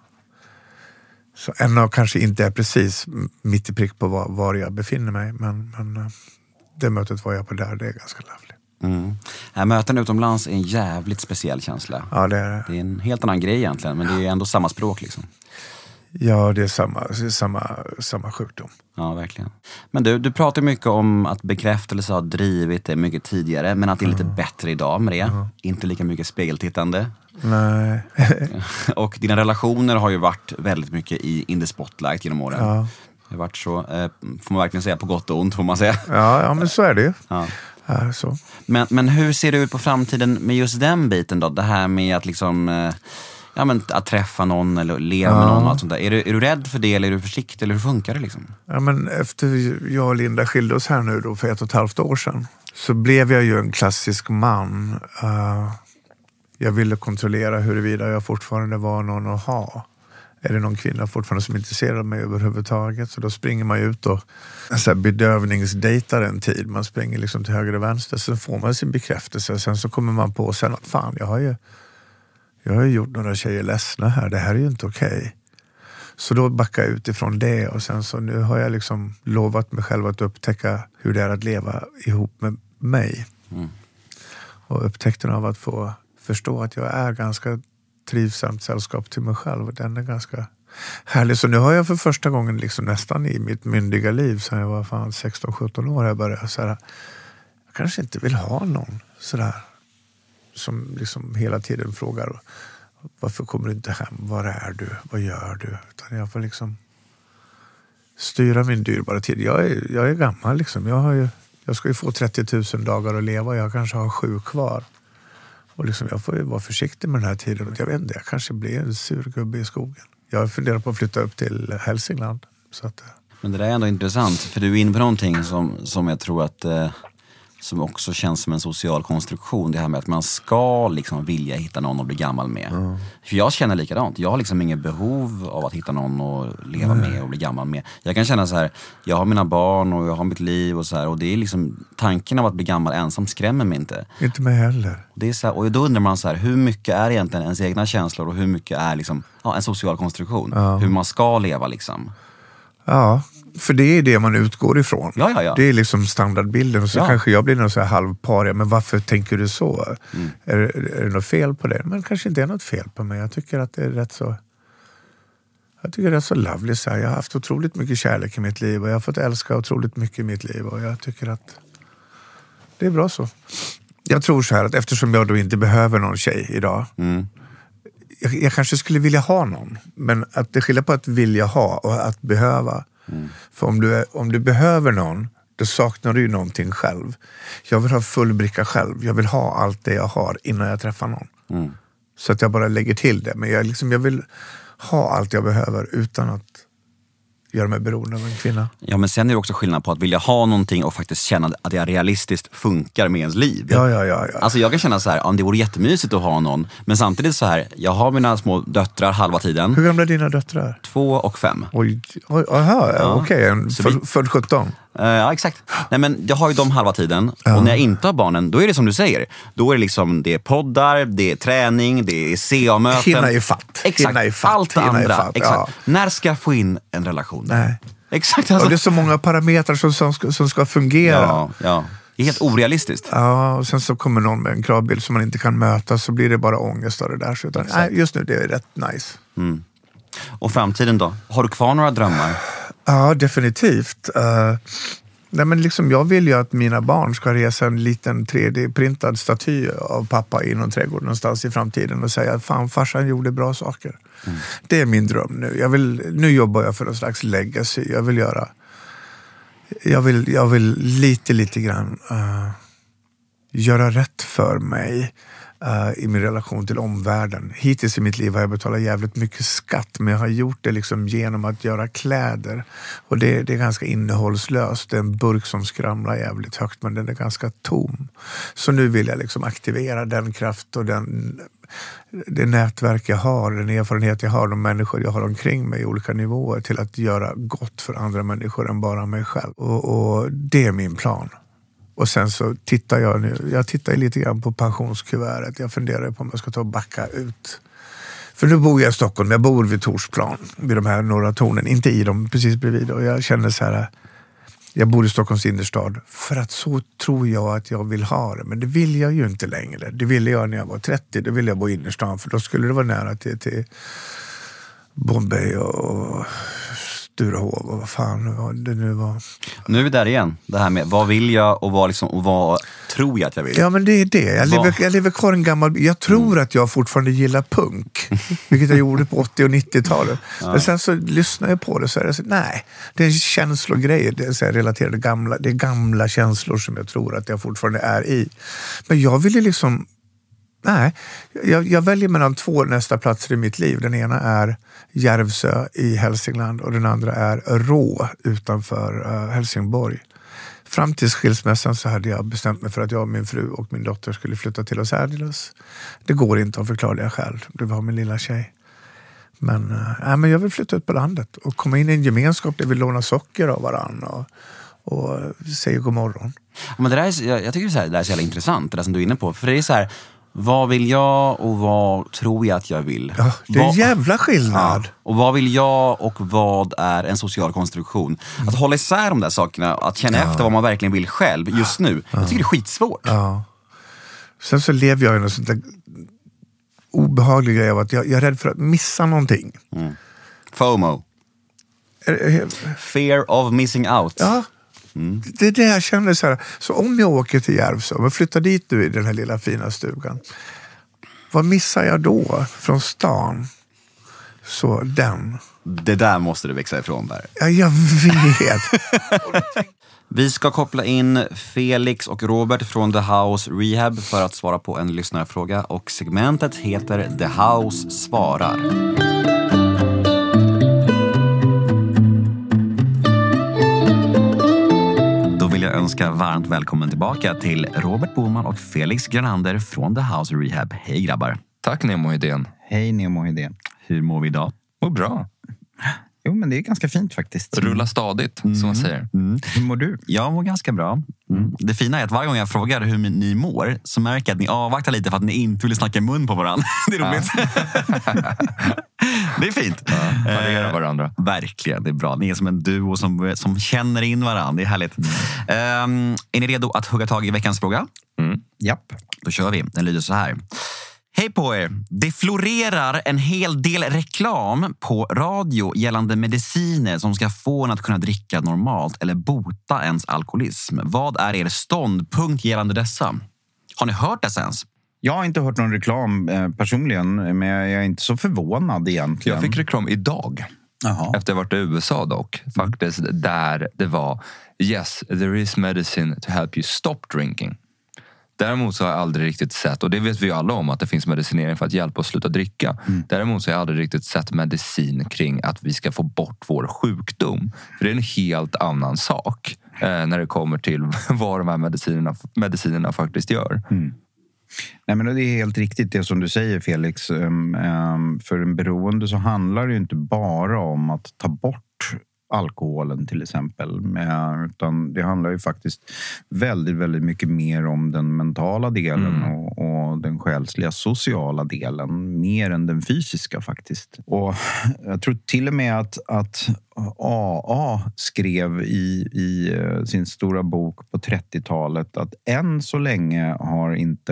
så N A kanske inte är precis mitt i prick på var, var jag befinner mig. Men, men uh, det mötet var jag på där, det är ganska lovligt. Mm. Här, möten utomlands är en jävligt speciell känsla. Ja, det är det. Det är en helt annan grej egentligen, men det är ändå samma språk liksom. Ja, det är samma, det är samma, samma sjukdom. Ja, verkligen. Men du, du pratar mycket om att bekräftelse har drivit det mycket tidigare, men att det är lite uh-huh. bättre idag med det. Uh-huh. Inte lika mycket spegeltittande. Nej. Och dina relationer har ju varit väldigt mycket i in the spotlight genom åren. Ja. Det har varit så, eh, får man verkligen säga, på gott och ont får man säga. Ja, ja men så är det ju. Ja. Ja, så. Men, men hur ser det ut på framtiden med just den biten då? Det här med att liksom... Eh, Ja, men att träffa någon eller leva ja. med någon och allt sånt där. Är du, är du rädd för det eller är du försiktig eller hur funkar det liksom? Ja, men efter jag och Linda skilde oss här nu då för ett och ett halvt år sedan så blev jag ju en klassisk man. Uh, jag ville kontrollera huruvida jag fortfarande var någon att ha. Är det någon kvinna fortfarande som är intresserad av mig överhuvudtaget? Så då springer man ut och så här, bedövningsdejtar en tid. Man springer liksom till höger och vänster. Så får man sin bekräftelse. Sen så kommer man på sen att fan, jag har ju Jag har ju gjort några tjejer ledsna här. Det här är ju inte okej. Okay. Så då backar jag ut ifrån det. Och sen så nu har jag liksom lovat mig själv att upptäcka hur det är att leva ihop med mig. Mm. Och upptäckten av att få förstå att jag är ganska trivsamt sällskap till mig själv. Den är ganska härlig. Så nu har jag för första gången liksom nästan i mitt myndiga liv sedan jag var fan sexton sjutton år jag började så här, jag kanske inte vill ha någon sådär. Som liksom hela tiden frågar varför kommer du inte hem? Var är du? Vad gör du? Utan jag får liksom styra min dyrbara tid. Jag är, jag är gammal liksom. Jag, har ju, jag ska ju få trettio tusen dagar att leva. Jag kanske har sju kvar. Och liksom jag får ju vara försiktig med den här tiden. Jag vet inte, jag kanske blir en surgubbe i skogen. Jag funderar på att flytta upp till Hälsingland. Så att, men det där är ändå intressant. För du är inne på någonting som, som jag tror att... Eh... som också känns som en social konstruktion. Det här med att man ska liksom vilja hitta någon att bli gammal med. Mm. För jag känner likadant. Jag har liksom ingen behov av att hitta någon att leva mm. med och bli gammal med. Jag kan känna så här, jag har mina barn och jag har mitt liv och så här. Och det är liksom, tanken av att bli gammal ensam skrämmer mig inte. Inte mig heller. Det är så här, och då undrar man så här, hur mycket är egentligen ens egna känslor och hur mycket är liksom, ja, en social konstruktion. Ja. Hur man ska leva liksom. Ja, för det är det man utgår ifrån. Ja, ja, ja. Det är liksom standardbilden. Och så ja. Kanske jag blir någon så här halvparia. Men varför tänker du så? Mm. Är, är det något fel på det? Men kanske inte är något fel på mig. Jag tycker att det är rätt så... Jag tycker det är så lovely. Så här. Jag har haft otroligt mycket kärlek i mitt liv. Och jag har fått älska otroligt mycket i mitt liv. Och jag tycker att det är bra så. Jag tror så här att eftersom jag då inte behöver någon tjej idag... Mm. Jag, jag kanske skulle vilja ha någon. Men att det skiljer på att vilja ha och att behöva. Mm. För om du, är, om du behöver någon, då saknar du ju någonting själv. Jag vill ha full bricka själv. Jag vill ha allt det jag har innan jag träffar någon. Mm. Så att jag bara lägger till det. Men jag, liksom, jag vill ha allt jag behöver utan att göra mig beroende av en kvinna. Ja, men sen är det också skillnad på att vilja ha någonting och faktiskt känna att det realistiskt funkar med ens liv. Ja, ja, ja, ja. Alltså jag kan känna så här, ja, det vore jättemysigt att ha någon. Men samtidigt så här, jag har mina små döttrar halva tiden. Hur gamla är dina döttrar? Två och fem. Oj, oj aha, ja, okej. Okay. Född för sjutton. Uh, ja, exakt. Nej, men jag har ju dem halva tiden. Ja. Och när jag inte har barnen, då är det som du säger. Då är det liksom, det är poddar, det är träning, det är C A-möten. Hinna i fatt. Exakt, Hinna i fatt. allt det Hinna andra. I fatt. Exakt. Ja. När ska jag få in en relation? Nej. Exakt. Alltså. Och det är så många parametrar som, som, ska, som ska fungera. Ja, ja. Det är helt orealistiskt. Ja, och sen så kommer någon med en kravbild som man inte kan möta, så blir det bara ångest av det där. Så utan, nej, just nu det är rätt nice. Mm. Och framtiden då? Har du kvar några drömmar? Ja, definitivt. Uh, Nej, men liksom, jag vill ju att mina barn ska resa en liten tre D-printad staty av pappa i någon trädgård någonstans i framtiden och säga, fan, farsan gjorde bra saker. Mm. Det är min dröm nu. Jag vill, nu jobbar jag för någon slags legacy. Jag vill göra jag vill, jag vill lite, lite grann uh, göra rätt för mig Uh, i min relation till omvärlden. Hittills i mitt liv har jag betalat jävligt mycket skatt, men jag har gjort det liksom genom att göra kläder. Och det, det är ganska innehållslöst. Det är en burk som skramlar jävligt högt, men den är ganska tom. Så nu vill jag liksom aktivera den kraft och den, det nätverk jag har, den erfarenhet jag har, de människor jag har omkring mig i olika nivåer till att göra gott för andra människor än bara mig själv. Och, och det är min plan. Och sen så tittar jag nu, jag tittar lite grann på pensionskuvertet. Jag funderar på om jag ska ta och backa ut. För nu bor jag i Stockholm, jag bor vid Torsplan, vid de här norra tornen, inte i dem, precis bredvid. Och jag känner så här, jag bor i Stockholms innerstad för att så tror jag att jag vill ha det. Men det vill jag ju inte längre. Det ville jag när jag var trettio, då ville jag bo i innerstan, för då skulle det vara nära till, till Bombay och Sturehov och vad fan det nu var. Nu är vi där igen, det här med vad vill jag och vad, liksom, och vad tror jag att jag vill. Ja, men det är det. Jag lever, jag lever kvar en gammal... Jag tror mm. att jag fortfarande gillar punk, vilket jag gjorde på åttio- och nittiotalet. Ja. Men sen så lyssnar jag på det så är det så, nej, det är en känslogrej. Det är så här relaterade gamla, det är gamla känslor som jag tror att jag fortfarande är i. Men jag vill ju liksom... Nej, jag, jag väljer mellan två nästa platser i mitt liv. Den ena är Järvsö i Hälsingland och den andra är Rå utanför uh, Helsingborg. Fram till skilsmässan så hade jag bestämt mig för att jag, min fru och min dotter skulle flytta till Los Angeles. Det går inte av förklarliga skäl. Det var min lilla tjej. Men, uh, äh, men jag vill flytta ut på landet och komma in i en gemenskap där vi lånar socker av varandra och, och säger god morgon. Men det där är, jag, jag tycker det är, så här, det där är så jävla intressant, det där som du är inne på. För det är så här... Vad vill jag och vad tror jag att jag vill? Ja, det är en jävla skillnad. Ja. Och vad vill jag och vad är en social konstruktion? Mm. Att hålla isär de där sakerna, att känna ja. efter vad man verkligen vill själv just nu. Ja. Jag tycker det är skitsvårt. Ja. Sen så lever jag i något sånt där obehaglig grej av att jag, jag är rädd för att missa någonting. Mm. FOMO. Fear of missing out. Ja. Mm. Det är det jag känner så här. Så om jag åker till Järvsö och flyttar dit nu i den här lilla fina stugan, vad missar jag då från stan? Så den. Det där måste du växa ifrån där. Ja, jag vet. Vi ska koppla in Felix och Robert från The House Rehab för att svara på en lyssnarfråga. Och segmentet heter The House svarar. Jag önskar varmt välkommen tillbaka till Robert Boman och Felix Granander från The House Rehab. Hej grabbar. Tack Nemo Hedén. Hej Nemo Hedén. Hur mår vi idag? Mår bra. Jo, men det är ganska fint faktiskt. Rulla stadigt, mm. som man säger. Mm. Hur mår du? Jag mår ganska bra. Mm. Det fina är att varje gång jag frågar hur ni mår så märker jag att ni avvaktar lite för att ni inte vill snacka mun på varandra. Det är roligt. Ja. Det är fint. Ja, varierar varandra. Eh, verkligen, det är bra. Ni är som en duo som, som känner in varandra. Det är härligt. Mm. Eh, är ni redo att hugga tag i veckans fråga? Mm. Japp. Då kör vi. Den lyder så här. Hej på er! Det florerar en hel del reklam på radio gällande mediciner som ska få en att kunna dricka normalt eller bota ens alkoholism. Vad är er ståndpunkt gällande dessa? Har ni hört dessa ens? Jag har inte hört någon reklam eh, personligen, men jag är inte så förvånad egentligen. Jag fick reklam idag. Aha. Efter att ha varit i U S A dock. Faktiskt där det var yes, there is medicine to help you stop drinking. Däremot så har jag aldrig riktigt sett, och det vet vi ju alla om, att det finns medicinering för att hjälpa oss sluta dricka. Mm. Däremot så har jag aldrig riktigt sett medicin kring att vi ska få bort vår sjukdom. För det är en helt annan sak eh, när det kommer till vad de här medicinerna, medicinerna faktiskt gör. Mm. Nej, men det är helt riktigt det som du säger, Felix. Um, um, för en beroende så handlar det ju inte bara om att ta bort alkoholen till exempel, med, utan det handlar ju faktiskt väldigt, väldigt mycket mer om den mentala delen mm. och, och den själsliga sociala delen, mer än den fysiska faktiskt. Och jag tror till och med att, att A A skrev i, i sin stora bok på trettiotalet att än så länge har inte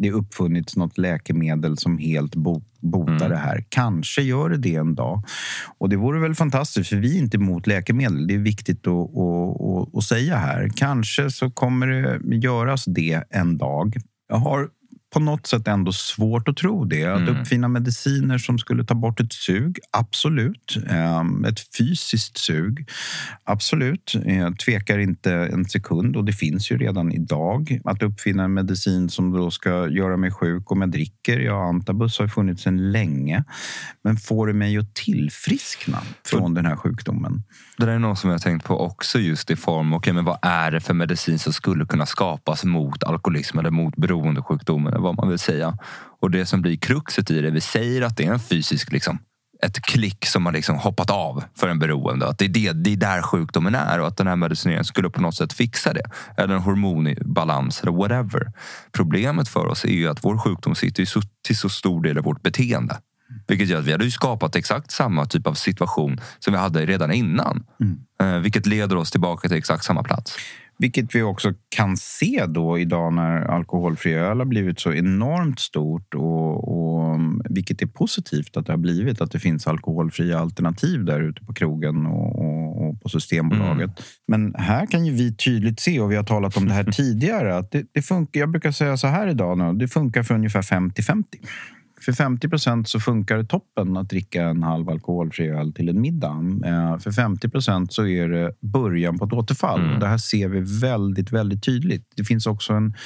det uppfunnits något läkemedel som helt bo- botar mm. det här. Kanske gör det det en dag. Och det vore väl fantastiskt, för vi är inte emot läkemedel. Det är viktigt att, att, att, att säga här. Kanske så kommer det göras det en dag. Jag har på något sätt ändå svårt att tro det. Att mm. uppfinna mediciner som skulle ta bort ett sug, absolut. Ett fysiskt sug, absolut. Jag tvekar inte en sekund, och det finns ju redan idag. Att uppfinna en medicin som då ska göra mig sjuk om jag dricker. Ja, antabus har funnits sedan länge. Men får det mig att tillfriskna från den här sjukdomen? Det där är något som jag har tänkt på också, just i form, okej, men vad är det för medicin som skulle kunna skapas mot alkoholism eller mot beroendesjukdomen, eller vad man vill säga. Och det som blir kruxet i det, vi säger att det är en fysisk, liksom, ett klick som har liksom hoppat av för en beroende. Att det är, det, det är där sjukdomen är, och att den här medicineringen skulle på något sätt fixa det. Eller en hormonbalans eller whatever. Problemet för oss är ju att vår sjukdom sitter ju så, till så stor del av vårt beteende. Vilket gör att vi hade ju skapat exakt samma typ av situation som vi hade redan innan. Mm. Vilket leder oss tillbaka till exakt samma plats. Vilket vi också kan se då idag när alkoholfri öl har blivit så enormt stort, och, och vilket är positivt att det har blivit, att det finns alkoholfria alternativ där ute på krogen och, och, och på Systembolaget. Mm. Men här kan ju vi tydligt se, och vi har talat om det här tidigare, att det, det funkar, jag brukar säga så här idag nu, det funkar för ungefär femtio femtio. För femtio procent så funkar det toppen att dricka en halv alkoholfri öl till en middag. För femtio procent så är det början på ett återfall. Mm. Och det här ser vi väldigt, väldigt tydligt. Det finns också en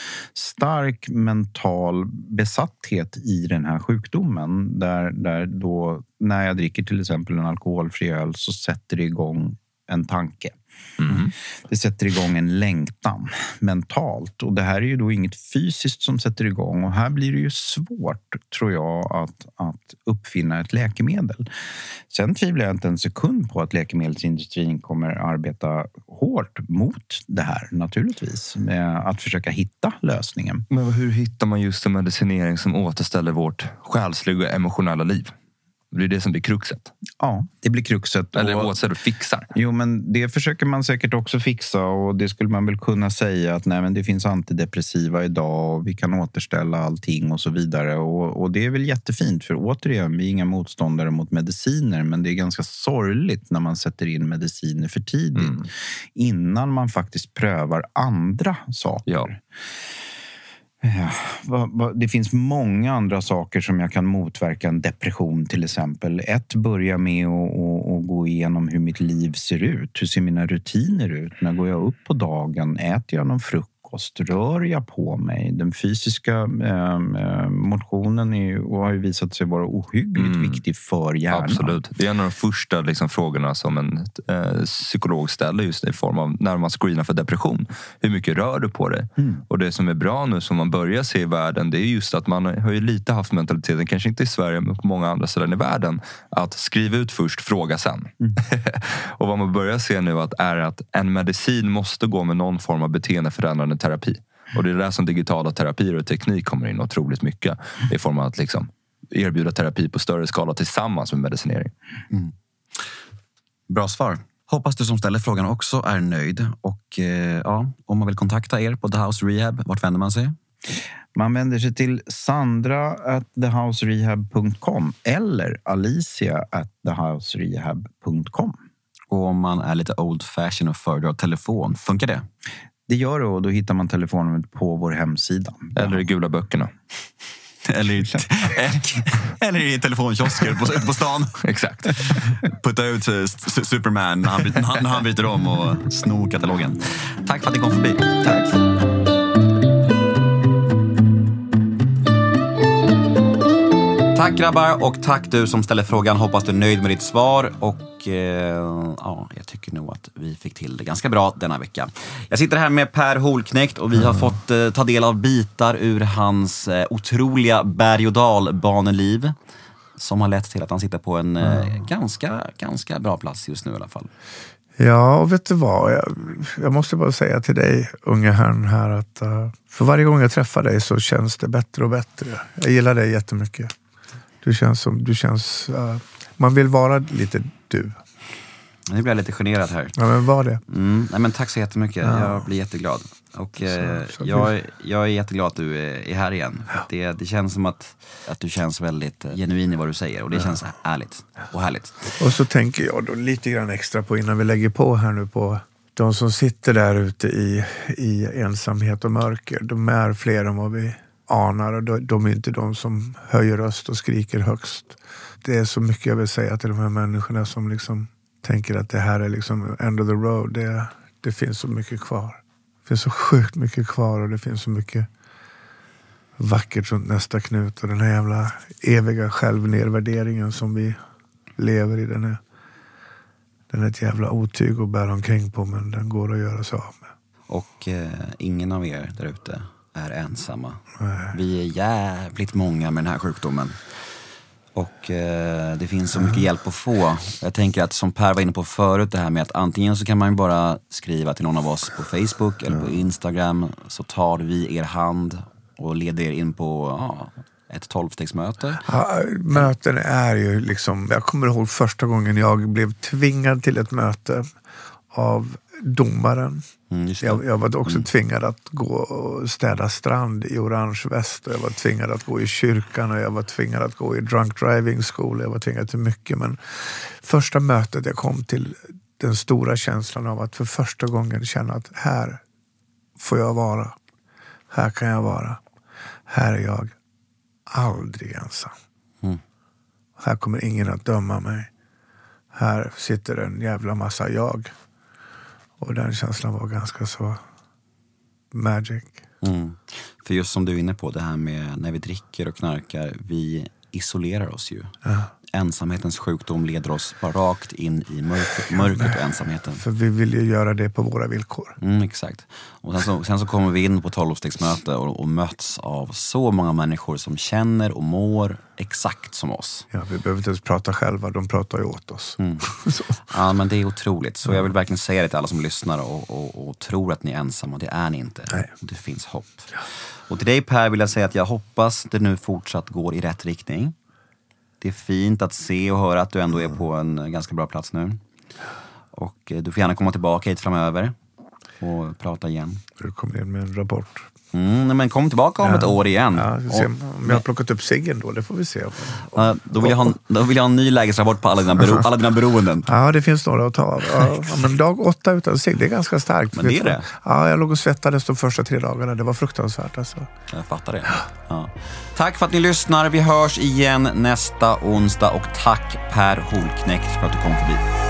stark mental besatthet i den här sjukdomen. Där, där då, när jag dricker till exempel en alkoholfri öl, så sätter det igång en tanke. Mm. Det sätter igång en längtan mentalt, och det här är ju då inget fysiskt som sätter igång, och här blir det ju svårt, tror jag, att, att uppfinna ett läkemedel. Sen tvivlar jag inte en sekund på att läkemedelsindustrin kommer arbeta hårt mot det här, naturligtvis, med att försöka hitta lösningen. Men hur hittar man just en medicinering som återställer vårt själsliga och emotionella liv? Det är det som blir kruxet. Ja, det blir kruxet. Eller åtgärder fixar. Jo, men det försöker man säkert också fixa, och det skulle man väl kunna säga att nej, men det finns antidepressiva idag och vi kan återställa allting och så vidare. Och, och det är väl jättefint, för återigen, vi är inga motståndare mot mediciner, men det är ganska sorgligt när man sätter in mediciner för tidigt mm. innan man faktiskt prövar andra saker. Ja. Ja, det finns många andra saker som jag kan motverka en depression, till exempel. Ett, börja med att, att, att gå igenom hur mitt liv ser ut. Hur ser mina rutiner ut? När går jag upp på dagen? Äter jag någon frukost? Rör jag på mig? Den fysiska eh, motionen är, och har ju visat sig vara ohyggligt mm. viktig för hjärnan. Absolut. Det är en av de första liksom, frågorna som en eh, psykolog ställer, just i form av när man screenar för depression. Hur mycket rör du på dig? Mm. Och det som är bra nu, som man börjar se i världen, det är just att man har ju lite haft mentaliteten, kanske inte i Sverige men på många andra ställen i världen, att skriva ut först, fråga sen. Mm. Och vad man börjar se nu att är att en medicin måste gå med någon form av beteendeförändrande terapi. Och det är där som digitala terapier och teknik kommer in otroligt mycket. I form av att liksom erbjuda terapi på större skala tillsammans med medicinering. Mm. Bra svar. Hoppas du som ställer frågan också är nöjd. Och eh, ja, om man vill kontakta er på The House Rehab, vart vänder man sig? Man vänder sig till Sandra at thehouserehab punkt com eller Alicia at thehouserehab punkt com. Och om man är lite old fashion och föredrar telefon, funkar det? Det gör det, och då hittar man telefonnumret på vår hemsida. Eller i gula böckerna. Eller i, eller i telefonkiosker på, på stan. Exakt. Putta ut Superman när han, när han byter om och snor katalogen. Tack för att ni kom förbi. Tack. Tack grabbar, och tack du som ställer frågan. Hoppas du är nöjd med ditt svar. Och eh, ja, jag tycker nog att vi fick till det ganska bra denna vecka. Jag sitter här med Per Holknekt och vi har fått eh, ta del av bitar ur hans eh, otroliga berg- och dalbaneliv, som har lett till att han sitter på en eh, ganska, ganska bra plats just nu i alla fall. Ja, och vet du vad? Jag, jag måste bara säga till dig, unge herrn här, att uh, för varje gång jag träffar dig så känns det bättre och bättre. Jag gillar dig jättemycket. Du känns som, du känns, uh, man vill vara lite du. Nu blir jag lite generad här. Ja, men var det? Mm, nej, men tack så jättemycket. Ja. Jag blir jätteglad. Och eh, så, så jag, jag är jätteglad att du är här igen. Ja. Det, det känns som att, att du känns väldigt genuin i vad du säger. Och det ja. känns ärligt och härligt. Och så tänker jag då lite grann extra på innan vi lägger på här nu på de som sitter där ute i, i ensamhet och mörker. De är fler än vad vi anar. Och de, de är inte de som höjer röst och skriker högst. Det är så mycket jag vill säga till de här människorna som liksom tänker att det här är liksom end of the road. Det, det finns så mycket kvar. Det finns så sjukt mycket kvar och det finns så mycket vackert runt nästa knut. Och den här jävla eviga självnedvärderingen som vi lever i, den är, den är ett jävla otyg att bära omkring på, men den går att göra sig av med. Och eh, ingen av er där ute är ensamma. Nej. Vi är jävligt många med den här sjukdomen. Och eh, det finns så mycket hjälp att få. Jag tänker att som Per var inne på förut, det här med att antingen så kan man bara skriva till någon av oss på Facebook eller på Instagram, så tar vi er hand och leder er in på ja, ett tolvstegsmöte. Ja, möten är ju liksom, jag kommer ihåg första gången jag blev tvingad till ett möte av domaren. Mm, jag, jag var också mm. tvingad att gå och städa strand i orange väst, och jag var tvingad att gå i kyrkan, och jag var tvingad att gå i drunk driving school. Jag var tvingad till mycket, men första mötet jag kom till, den stora känslan av att för första gången känna att här får jag vara, här kan jag vara, här är jag aldrig ensam. Mm. Här kommer ingen att döma mig. Här sitter en jävla massa jag. Och den känslan var ganska så magic. Mm. För just som du är inne på, det här med när vi dricker och knarkar, vi isolerar oss ju. Ja. Ensamhetens sjukdom leder oss bara rakt in i mörkret, mörkret och ensamheten. För vi vill ju göra det på våra villkor. Mm, exakt. Och sen så, sen så kommer vi in på tolvstegsmöte och, och möts av så många människor som känner och mår exakt som oss. Ja, vi behöver inte ens prata själva, de pratar ju åt oss. Mm. Ja, men det är otroligt. Så jag vill verkligen säga det till alla som lyssnar och, och, och tror att ni är ensamma. Det är ni inte. Nej. Det finns hopp. Ja. Och till dig, Per, vill jag säga att jag hoppas det nu fortsatt går i rätt riktning. Det är fint att se och höra att du ändå är på en ganska bra plats nu. Och du får gärna komma tillbaka hit framöver och prata igen. Du kommer in med en rapport. Mm, men kom tillbaka om ja. ett år igen. Ja, se om jag har plockat upp ciggen då, det får vi se. Ja, då, vill jag ha, då vill jag ha en ny lägesrapport på alla dina, bero, alla dina beroenden. Ja, det finns några att ta av. Ja, men dag åtta utan cigg, det är ganska starkt. Men det är det? Ja, jag låg och svettades de första tre dagarna. Det var fruktansvärt alltså. Jag fattar det. Ja. Tack för att ni lyssnar. Vi hörs igen nästa onsdag. Och tack Per Holknekt för att du kom förbi.